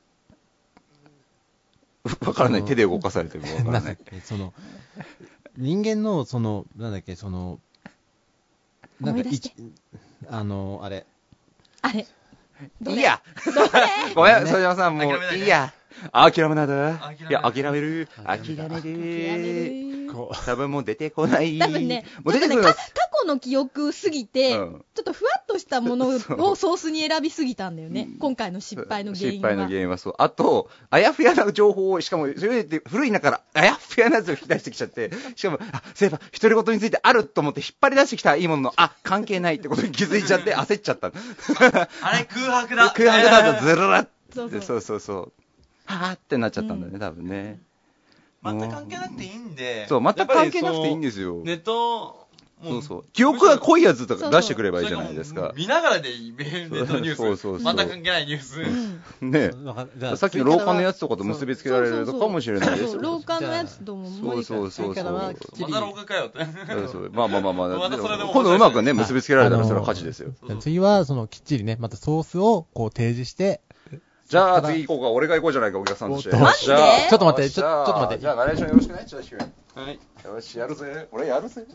わからない。手で動かされてるわからない。 その、人間の、その、なんだっけ、その、 なんか、 あの、あれ。 あれ。 いいや。ごめん、副島さん、もう、いいや。諦めないで。いや、諦める。諦める。多分もう出てこない。 多分ね、もう出てくる過去の記憶すぎて、うん、ちょっとふわっとしたものをソースに選びすぎたんだよね。今回の失敗の原因は。 失敗の原因はそう。あと、あやふやな情報を、しかも、それで古い中から、あやふやなやつを引き出してきちゃって、しかも、あ、そういえば、独り言についてあると思って引っ張り出してきたいいものの、あ、関係ないってことに気づいちゃって焦っちゃった。 あれ空白だ。 空白だとずるらって。そうそうそうそう。はぁってなっちゃったんだね、うん、多分ね。 全く関係なくていいんで。 そう、全く関係なくていいんですよ。 ネット、 そうそう。記憶が濃いやつとか出してくればいいじゃないですか。そうそう見ながらでいい、ネットニュース。そうそうそう。全く関係ないニュース。 うん、ねえ。さっきの廊下のやつとかと結びつけられるかもしれないですよ。 廊下のやつとも無理か。 そうそうそう。また廊下かよって。 そうそう。まあまあまあまあ。またそれでも今度うまくね、結びつけられたらそれは勝ちですよ。 次は、その、きっちりね、またソースをこう提示して、 じゃあ次行こうか。俺が行こうじゃないか、お客さんとして。 マジで？ ちょっと待って、ちょっと待って。 じゃあナレーションよろしくね。ちょっとはい。よし、やるぜ。俺やるぜ。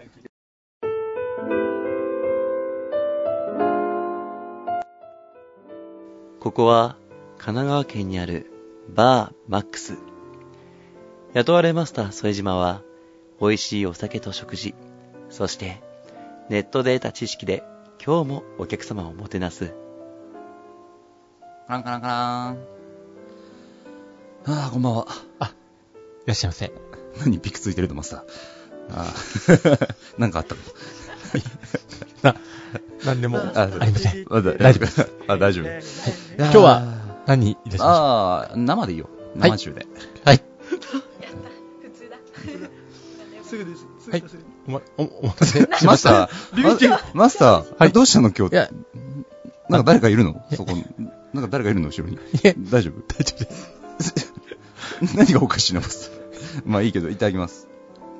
ここは神奈川県にあるバーマックス。雇われマスター副島は美味しいお酒と食事、そしてネットで得た知識で今日もお客様をもてなす。 カランカランカラン。ああ、こんばんは。 あ、いらっしゃいませ。 何ピクついてるのマスター。ああ、なんかあったのな、なんでもありません。 大丈夫。あ、大丈夫。はい、 今日は何いらっしゃいました？ ああ、生でいいよ。生中で。 はい。 普通だ。 すぐです。 はい。おま、お、お待たせしまマスした。 ター、マスター、はい、どうしたの今日。いや、なんか誰かいるのそこに。なんか誰かいるの後ろに。大丈夫大丈夫です。 何がおかしいのマスター。まあいいけど、いただきます。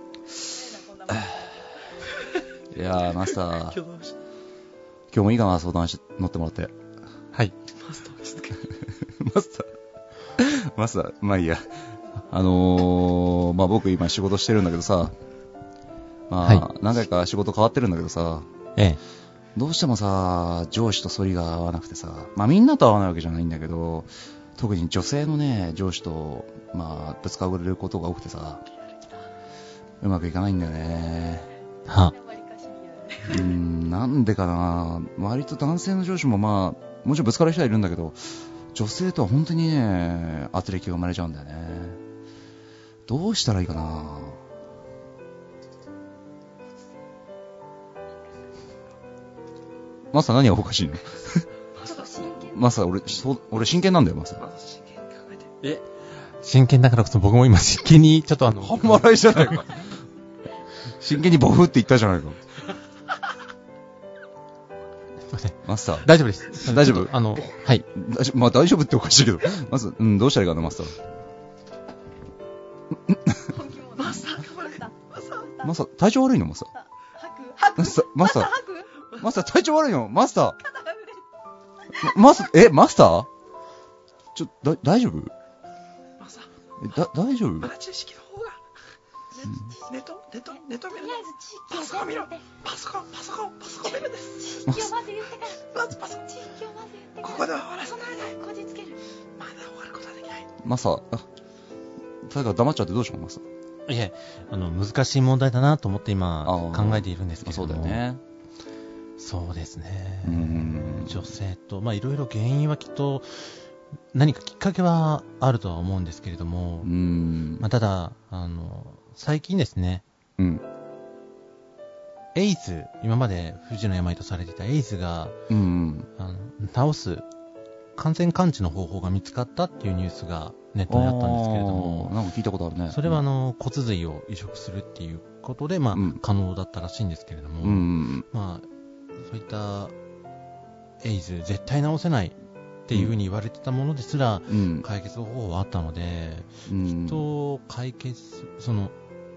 いやー、マスター。今日もいいかな、相談し、乗ってもらって。 はい。 マスター、落ち着け。マスター。マスター、まあいいや。あのー、まあ僕今仕事してるんだけどさ、まあ、はい、何回か仕事変わってるんだけどさ、 ええ。 どうしてもさ、上司と反りが合わなくてさ、まあみんなと合わないわけじゃないんだけど、特に女性のね、上司と、まあ、ぶつかることが多くてさ、うまくいかないんだよね。 はうーん、なんでかな。割と男性の上司もまあ、もちろんぶつかる人はいるんだけど、女性とは本当にね、圧力が生まれちゃうんだよね。どうしたらいいかな。マスター何がおかしいのマスター俺、俺真剣なんだよ、マスター。 え真剣だからこそ僕も今真剣にちょっとあの。 半笑いじゃないか。真剣にボフって言ったじゃないか。 すいません。 マスター。 大丈夫です。 大丈夫あの、はい。 大丈夫、まあ大丈夫っておかしいけど。まず、うん、どうしたらいいかな、マスター。 マスター、マスター、 マスター、体調悪いのマスター。 吐くマスター、マスター、マスター、体調悪いのマスター。 肩が触れる。 マス、え、マスターちょ、だ、大丈夫マスター。だ、大丈夫まだ知識の方が。ネット、ネット、ネット見る。 とりあえず知識をパソコン見ろ。パソコン、パソコン、パソコン見るです。 知識をまず言ってから。 まずパソコン。 知識をまず言ってから。 ここでは終わらせないで。 こじつける。 まだ終わることはできない。 マスター、あ、だから黙っちゃってどうしよう、マスター。 いえ、あの、難しい問題だなと思って今、考えているんですけども。 そうだよね。 そうですね。 うん。 女性と、まあいろいろ原因はきっと、何かきっかけはあるとは思うんですけれども、 うん。 まあただ、あの、最近ですね、 うん。 エイズ、今まで不治の病とされていたエイズが、 うん、 あの治す感染完治の方法が見つかったっていうニュースがネットにあったんですけれども、 なんか聞いたことあるね。 それはあの骨髄を移植するっていうことで、まあ、うん、可能だったらしいんですけれども、 うん、 まあ、そういったエイズ絶対治せないっていうふうに言われてたものですら、うん、解決方法はあったので、うん、きっと解決、その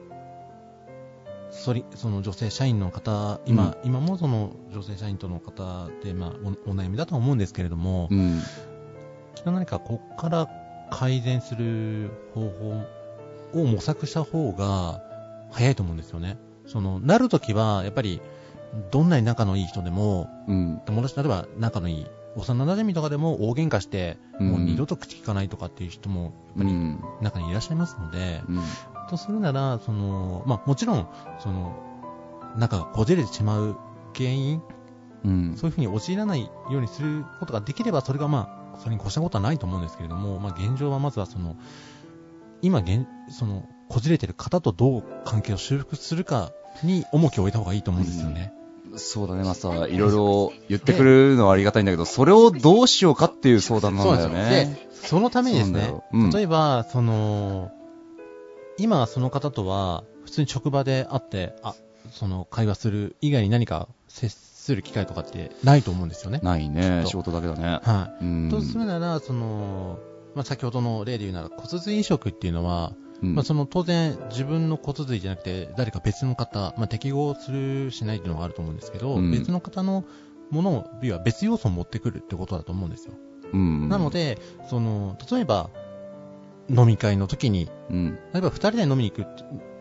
そりその女性社員の方、今、うん、今もその女性社員との方で、まあ、お, お悩みだとは思うんですけれども、 うん、 きっと何かここから改善する方法を模索した方が早いと思うんですよね。そのなるときはやっぱりどんなに仲のいい人でも、 うん、 友達であれば仲のいい幼馴染とかでも大喧嘩して、うん、もう二度と口聞かないとかっていう人もやっぱり中にいらっしゃいますので、 うん、 とするならその、まあ、もちろんその仲がこじれてしまう原因、 うん、 そういうふうに陥らないようにすることができればそれがまあそれに越したことはないと思うんですけれども、まあ、現状はまずはその今現そのこじれてる方とどう関係を修復するかに重きを置いた方がいいと思うんですよね。 うん、そうだね、マスター、いろいろ言ってくれるのはありがたいんだけど、それをどうしようかっていう相談なんだよね。 そ, そのためにですね、うん、例えばその今その方とは普通に職場で会ってあその会話する以外に何か接する機会とかってないと思うんですよね。 ないね、仕事だけだね。 はい。 うん、 とするならその、まあ、先ほどの例で言うなら骨髄移植っていうのは、うんまあ、その当然自分の骨髄じゃなくて誰か別の方、まあ、適合するしないっていうのがあると思うんですけど、うん、別の方のものを要は別要素を持ってくるってことだと思うんですよ。 うん、 なのでその例えば飲み会の時に、 うん、 例えばふたりで飲みに行く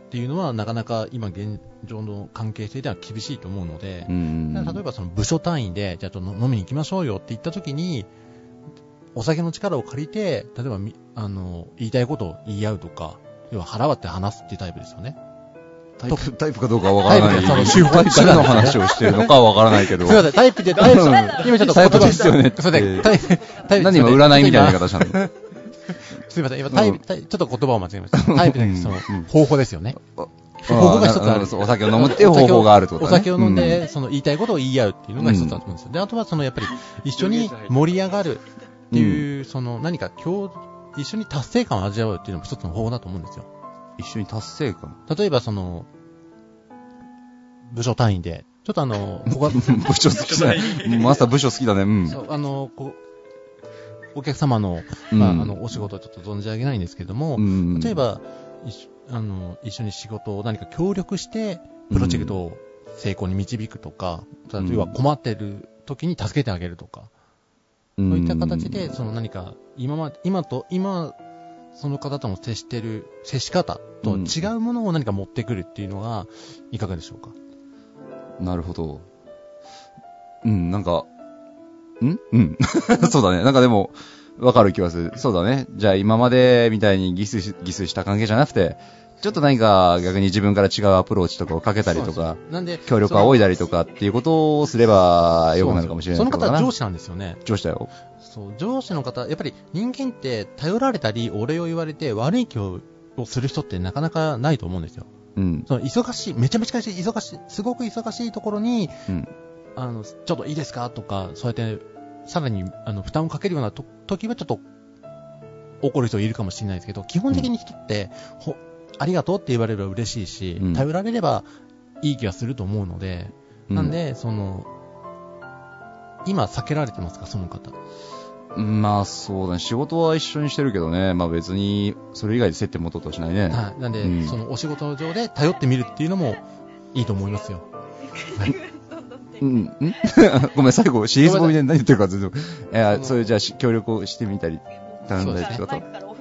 っていうのはなかなか今現状の関係性では厳しいと思うので、うん、例えばその部署単位でじゃあちょっと飲みに行きましょうよって言った時にお酒の力を借りて例えばあの言いたいことを言い合うとか、要は腹割って話すっていうタイプですよね。 タイプ、タイプかどうかはわからない。タイプで、その、タイプの話をしてるのかはわからないけど。 すいません、タイプで、タイプ、今ちょっと言葉ですよね。 すいません、タイプ、タイプ。 何今占いみたいな言い方したのすいません、今タイプ、ちょっと言葉を間違えました。タイプで、その、方法ですよね。方法が一つある。 お酒を飲むっていう方法があるってことね。 お酒を飲んで、その言いたいことを言い合うっていうのが一つあると思うんですよ。で、あとはその、やっぱり、一緒に盛り上がるっていう、その、何か今日、一緒に達成感を味わうっていうのも一つの方法だと思うんですよ。 一緒に達成感例えばその、部署単位で、ちょっとあの、ここは部署好きだね。マスター部署好きだね。うん。 そう、あの、こう、お客様の、まあ、うん、あの、お仕事をちょっと存じ上げないんですけども、うん、例えば、あの、一緒に仕事を何か協力して、プロジェクトを成功に導くとか、うん、例えば困ってる時に助けてあげるとか、うん、そういった形で、その何か、今まで、今と、今、その方との接してる、接し方と違うものを何か持ってくるっていうのが、いかがでしょうか。 なるほど。うん、なんか、んうん。そうだね。なんかでも、わかる気がする。そうだね。じゃあ今までみたいにギスギスした関係じゃなくて、ちょっと何か逆に自分から違うアプローチとかをかけたりとか、なんで協力を仰いだりとかっていうことをすれば良くなるかもしれない。 その方は上司なんですよね。 上司だよ。 そう、上司の方、やっぱり人間って頼られたり、お礼を言われて悪い気をする人ってなかなかないと思うんですよ。うん、その忙しい、めちゃめちゃ忙しい、すごく忙しいところに、うん、あの、ちょっといいですかとか、そうやって、さらに、あの、負担をかけるようなと時はちょっと、怒る人いるかもしれないですけど、基本的に人って、うん、ほ、ありがとうって言われれば嬉しいし、うん、頼られればいい気がすると思うので、うん、なんで、その、今避けられてますか、その方。 まあそうだね。仕事は一緒にしてるけどね。まあ別に、それ以外で接点持とうとはしないね。 はい。なんで、うん、そのお仕事上で頼ってみるっていうのもいいと思いますよ。はい。 うん。んごめん、最後、シリーズボミで何言ってるか全然。いや、それじゃあ協力をしてみたり、頼んだりってこと？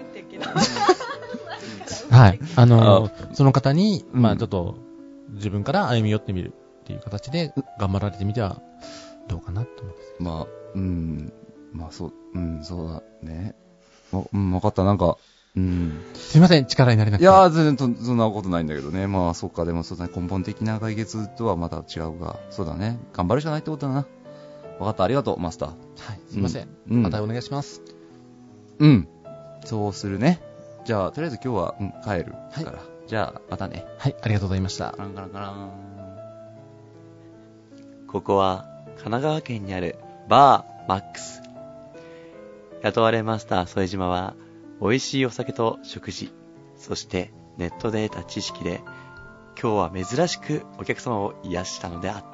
はい。あのー、その方に、まあちょっと、自分から歩み寄ってみるっていう形で頑張られてみてはどうかなと思います。 まあ、うん。まあそう、うん、そうだね。うん、わかった、なんか、うん。 すいません、力になれなくて。 いやー、全然そんなことないんだけどね。まあ、そっか、でもそうだね、根本的な解決とはまた違うが、そうだね。頑張るしかないってことだな。わかった、ありがとう、マスター。はい、 すいません。うん、またお願いします。 うん。そうするね。じゃあ、とりあえず今日は、うん、帰るから。はい、じゃあ、またね。 はい、ありがとうございました。 カランカランカラン。 ここは、神奈川県にある、バーマックス。雇われマスター副島は、美味しいお酒と食事、そしてネットで得た知識で、今日は珍しくお客様を癒したのであった。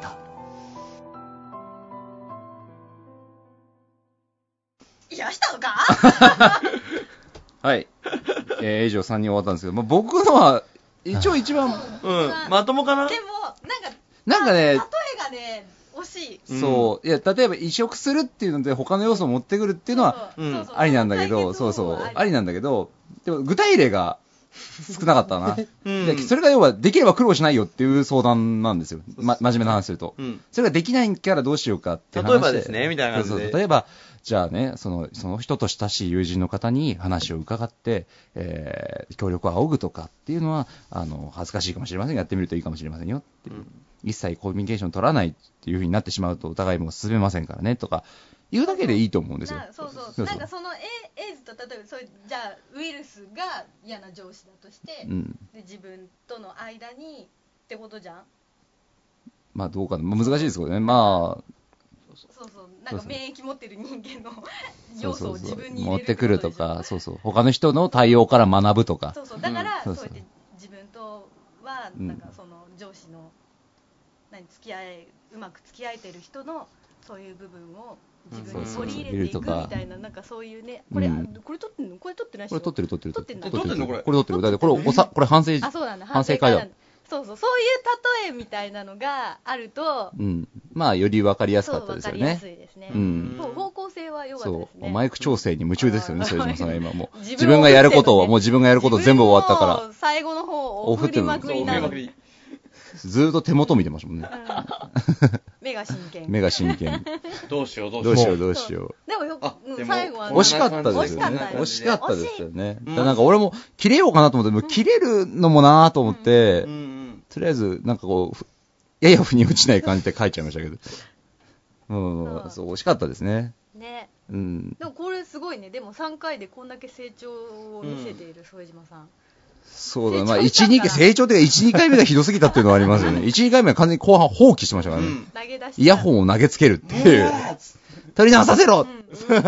癒したのかはい。えー、以上さんにん終わったんですけど、まあ、僕のは、一応一番、 うん、まともかな？ でも、なんか、 なんかね、例えがね、惜しい。そう。いや、例えば移植するっていうので他の要素を持ってくるっていうのは、うん、ありなんだけど、そうそう、ありなんだけど、でも具体例が少なかったな。うん、でそれが要は、できれば苦労しないよっていう相談なんですよ。ま、真面目な話すると。うん、それができないからどうしようかって話で。 例えばですね、みたいな感じで。 そうそう例えば、じゃあね、その、その人と親しい友人の方に話を伺って、えー、協力を仰ぐとかっていうのは、あの、恥ずかしいかもしれませんが、やってみるといいかもしれませんよっていう。うん一切コミュニケーション取らないっていう風になってしまうとお互いも進めませんからねとか言うだけでいいと思うんですよ。 そうそうそうそうなんかそのエイズと例えばそういうじゃあウイルスが嫌な上司だとして、うん、で自分との間にってことじゃん。 まあどうかな、まあ、難しいですけどね。まあそうそうなんか免疫持ってる人間の要素を自分に入れる持ってくるとかそうそう他の人の対応から学ぶとかそうそうだから、うん、そうやって自分とはなんかその上司の何付き合いうまく付き合えてる人のそういう部分を自分に取り入れていくみたいな、なんかそういうねこれ、うん、これ撮ってんのこれ撮ってないしこれ撮ってる撮ってる撮ってんの撮ってんのこれこれ撮ってるだってこれおさこれ反省あそうなんだ反省会だそうそうそういう例えみたいなのがあると、うん、 まあ、より分かりやすかったですよね。 そう、分かりやすいですね。うん。そう、方向性は良かったですね。 そう、マイク調整に夢中ですよね、副島さんが今もう。自分がやることを、もう自分がやること全部終わったから。 最後の方、お振りまくりなのに。 ずーっと手元見てましたもんね。 目が真剣。 目が真剣。 どうしようどうしよう。 どうしようどうしよう。 でもよく、最後は惜しかったですよね。惜しかったですよね。なんか俺も切れようかなと思って、切れるのもなーと思って、とりあえずなんかこう、やや腑に落ちない感じで書いちゃいましたけど。うん、そう、惜しかったですね。 ね。 うん。 でもこれすごいね。でもさんかいでこんだけ成長を見せている副島さん。 そうだ、まあ、いち、にかい、成長というか、いち、にかいめがひどすぎたっていうのはありますよね。いち、にかいめは完全に後半放棄してましたからね。うん、投げ出しイヤホンを投げつけるっていう。取り直させろ、うん、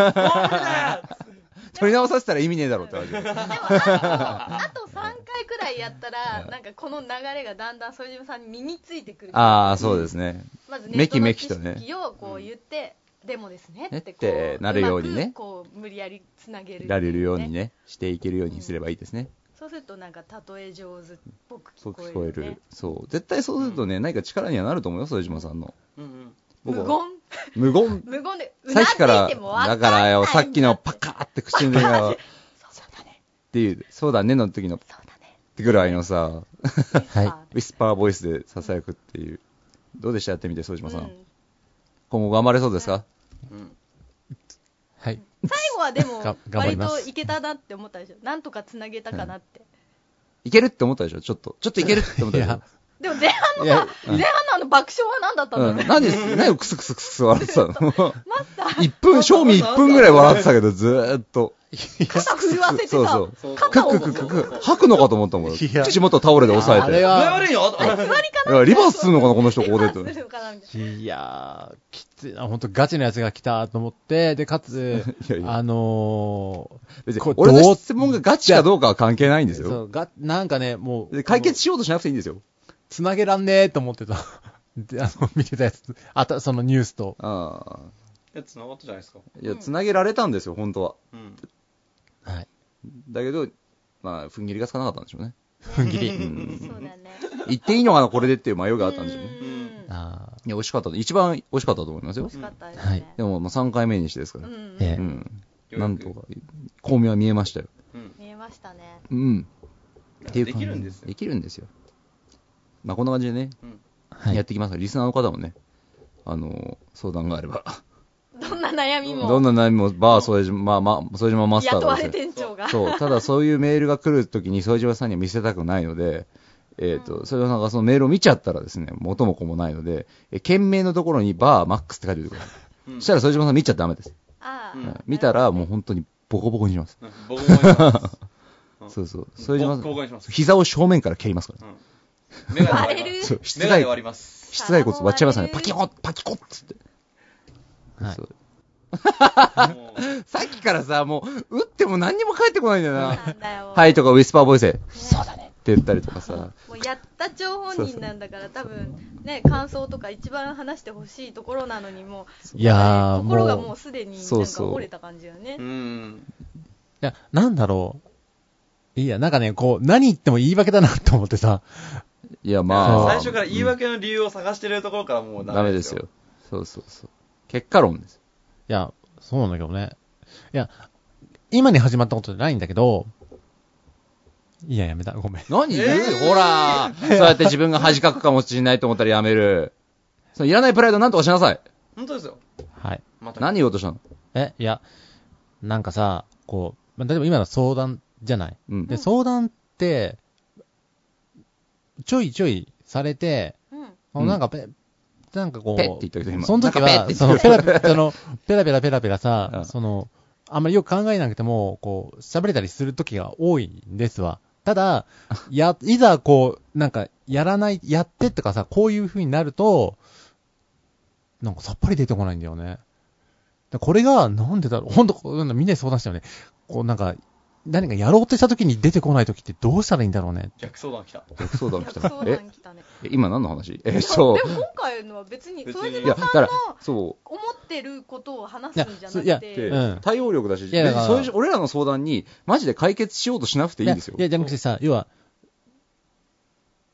取り直させたら意味ねえだろって話。でもあとさんかいくらいやったら、なんかこの流れがだんだん副島さんに身についてくる。 ああ、そうですね。 まずネットの知識をこう言って、でもですねってこう、 ってなるようにね。 こう無理やりつなげる、ね。 られるようにね、していけるようにすればいいですね。 そうするとなんか例え上手っぽく聞こえる、ね、聞こえる。 そう。絶対そうするとね、うん、何か力にはなると思うよ、副島さんの。 うんうん、無言無言無言で、 さっきから、だからよ、さっきのパカーって口の中が、そうだね。っていう、そうだねの時の、そうだね。ってぐらいのさ、はい。ウィスパーボイスで囁くっていう。どうでしたやってみて、副島さん。うん、今後頑張れそうですか？うん。 はい。 最後はでも、割といけたなって思ったでしょ。なんとかつなげたかなって。 いけるって思ったでしょちょっと。ちょっといけるって思ったでしょでも前半のさ、前半のあの爆笑は何だったの、うん、 何です、何をクスクスクス笑ってたのマスター。いっぷん、賞味いっぷんぐらい笑ってたけど、ずーっと。 肩震わせてた。そうそう。 肩を。ククククク。吐くのかと思ったもん。口元タオルで押さえて。 あれは。悪いよ。 座りかな。 リバースするのかな、この人、ここで。 いやー、きついな、ほんとガチのやつが来たと思って、で、かつ、いやいやあのー、別に俺の質問がガチかどうかは関係ないんですよ。 そう、が、なんかね、もう。解決しようとしなくていいんですよ。 つなげらんねーと思ってた。で、あの、見てたやつ。あた、そのニュースと。ああ。いや、つながったじゃないですか。 いや、つなげられたんですよ、本当は。うん。 はい。 だけど、まあ、踏ん切りがつかなかったんでしょうね。 踏ん切り。 うん。そうだね。 言っていいのかな、これでっていう迷いがあったんでしょうね。うん。ああ。いや、美味しかった。一番美味しかったと思いますよ。 美味しかったですね。はい。 でも、まあ、さんかいめにしてですから。うん。うん。なんとか、巧妙は見えましたよ。 うん。見えましたね。 うん。 っていうか。できるんですよ。 できるんですよ。まあ、こんな感じでね、うん、やっていきますから、リスナーの方もね、あのー、相談があれば。 どんな悩みも。 どんな悩みも、バー、副島、まあまあ、副島マスターが、 ね。雇われ店長が。 そう。ただ、そういうメールが来るときに、副島さんには見せたくないので、えっ、ー、と、うん、副島さんがそのメールを見ちゃったらですね、元も子もないので、え、件名のところにバー、マックスって書いておいてください。うん、そしたら、副島さん見ちゃダメです。 ああ、 うん。見たら、もう本当にボコボコにします。 うん、ボコボコにします。 そうそう。副島さん、 ボコボコにします。 膝を正面から蹴りますから。うん目が割れる。 そう、 室外割ります。 室外骨割っちゃいますね。パキコッパキコッつって。はい。そうさっきからさ、もう、打っても何にも返ってこないんだよな。なんだよ。はいとかウィスパーボイスで、そうだねって言ったりとかさ。 もうやった張本人なんだから多分、ね、感想とか一番話してほしいところなのにもう、 いやー、 心がもうすでになんか折れた感じよね。 うん。 いや、なんだろう。いや、なんかね、こう、何言っても言い訳だなと思ってさ。 いや、まあ。 最初から言い訳の理由を探してるところからもうダメですよ。ダメですよ。そうそうそう。結果論です。 いや、そうなんだけどね。いや、今に始まったことじゃないんだけど、いや、やめた。ごめん。 何言う、えー、ほら、そうやって自分が恥かくかもしれないと思ったらやめる。そのいらないプライドなんとかしなさい。 本当ですよ。 はい。 また何言おうとしたの？ え、いや、なんかさ、こう、例えば今の相談じゃない。うん、で、相談って、ちょいちょいされて、うん、なんかペ、なんかこう、 ペって言ったけど今。 その時は、そのペラペラ、その、ペラペラペラペラさ、うん、その、あんまりよく考えなくても、こう、喋れたりする時が多いんですわ。ただ、や、いざこう、なんか、やらない、やってとかさ、こういう風になると、なんかさっぱり出てこないんだよね。これが、なんでだろう、ほんと、みんなで相談したよね。こう、なんか、何かやろうとした時に出てこない時ってどうしたらいいんだろうね。 逆相談来た。 逆相談来た。 逆相談来たね。 え、今何の話？え、そう。 でも今回のは別に、副島さんの思ってることを話すんじゃなくて、 うん、対応力だし、いやそういう俺らの相談にマジで解決しようとしなくていいんですよ。 いや、じゃなくてさ、要は、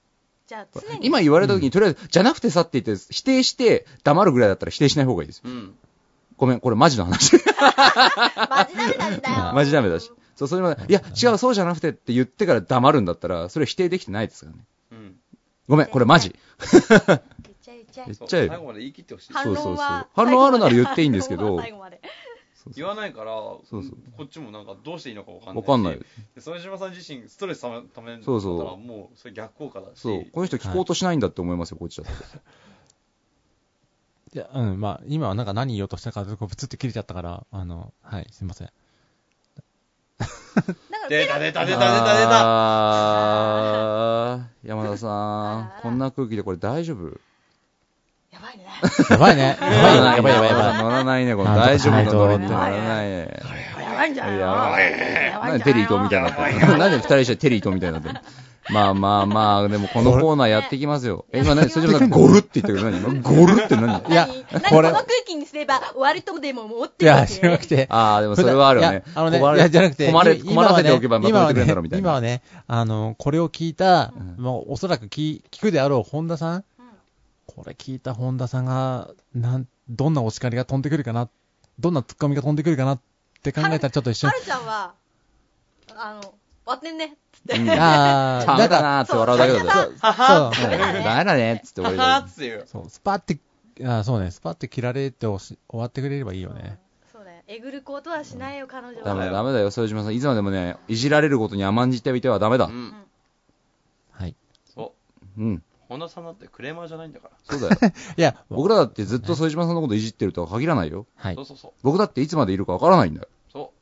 じゃあ常に今言われた時に、とりあえず、じゃなくてさって言って、否定して、黙るぐらいだったら否定しない方がいいですよ。うん、ごめん、これマジの話。 マジダメなんだよ。 マジダメだし。そう、それまで、いや、違う、そうじゃなくてって言ってから黙るんだったら、それ否定できてないですからね。うん、ごめん、これマジ。言っちゃえ、言っちゃえ。 最後まで言い切ってほしい。 そうそうそう。反論あるなら言っていいんですけど、 言わないから、そうそうこっちもなんかどうしていいのか分かんないし。 分かんない。 副島さん自身、ストレスためるんだったら、もうそれ逆効果だし。 そう、この人聞こうとしないんだって思いますよ、こっちだと。 いや、うん、まあ、今はなんか何言おうとしたか、ブツって切れちゃったから、あの、はい、すいません。 出た出た出た出た出た。 山田さん、こんな空気でこれ大丈夫？ やばいね。 やばいね。やばいやばいやばいやばい。 乗らないね、この大丈夫の乗りって乗らないね。 やばいんじゃない？ やばい。なんでテリーとみたいになってる？なんで二人してテリーとみたいになってる？まあまあまあ、でもこのコーナーやっていきますよ。え、今何？それじゃなくてゴルって言ってる何？今ゴルって何？ いや、この空気にすれば終わるとでも思ってるわけ。 いや、じゃなくて。 ああ、でもそれはあるよね。 あのね、いや、じゃなくて、 困れ、困らせておけばまとめてくれるんだろうみたいな。 今はね、あの、これを聞いた、もうおそらく聞くであろう本田さん。これ聞いた本田さんが、なん、どんなお叱りが飛んでくるかな、どんなツッコミが飛んでくるかなって考えたらちょっと一瞬。 はるちゃんは、あの、割ってんね。 うん、ああ、ダメだなーって笑うだけだよ。 ははそう。ダメだねっつって終わりだよ。 そう、スパって、あそうね、スパって切られて終わってくれればいいよね。 そうだよ。えぐることはしないよ、彼女は。 ダメだ、ダメだよ、副島さん。いつまでもね、いじられることに甘んじていてはダメだ。うん。 はい。 そう。 うん。 本田さんだってクレーマーじゃないんだから。 そうだよ。いや、僕らだってずっと副島さんのこといじってるとは限らないよ。 はい。 そうそうそう。 僕だっていつまでいるかわからないんだよ。 そう。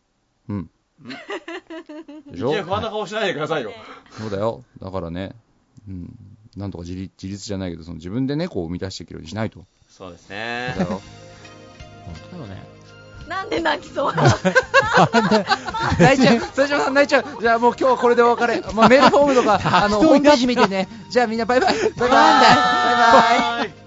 うん。 でしょ？いや、不安な顔しないでくださいよ。 そうだよ。だからね、うん。なんとか自立、自立じゃないけど、その自分で猫を生み出していけるようにしないと。 そうですね。 そうだよ。 本当だよね。 なんで泣きそう泣いちゃう。副島さん泣いちゃう。じゃあもう今日はこれでお別れ。もうメールフォームとか、あの、ホームページ見てね。じゃあみんなバイバイ。バイバイ。バイバイ。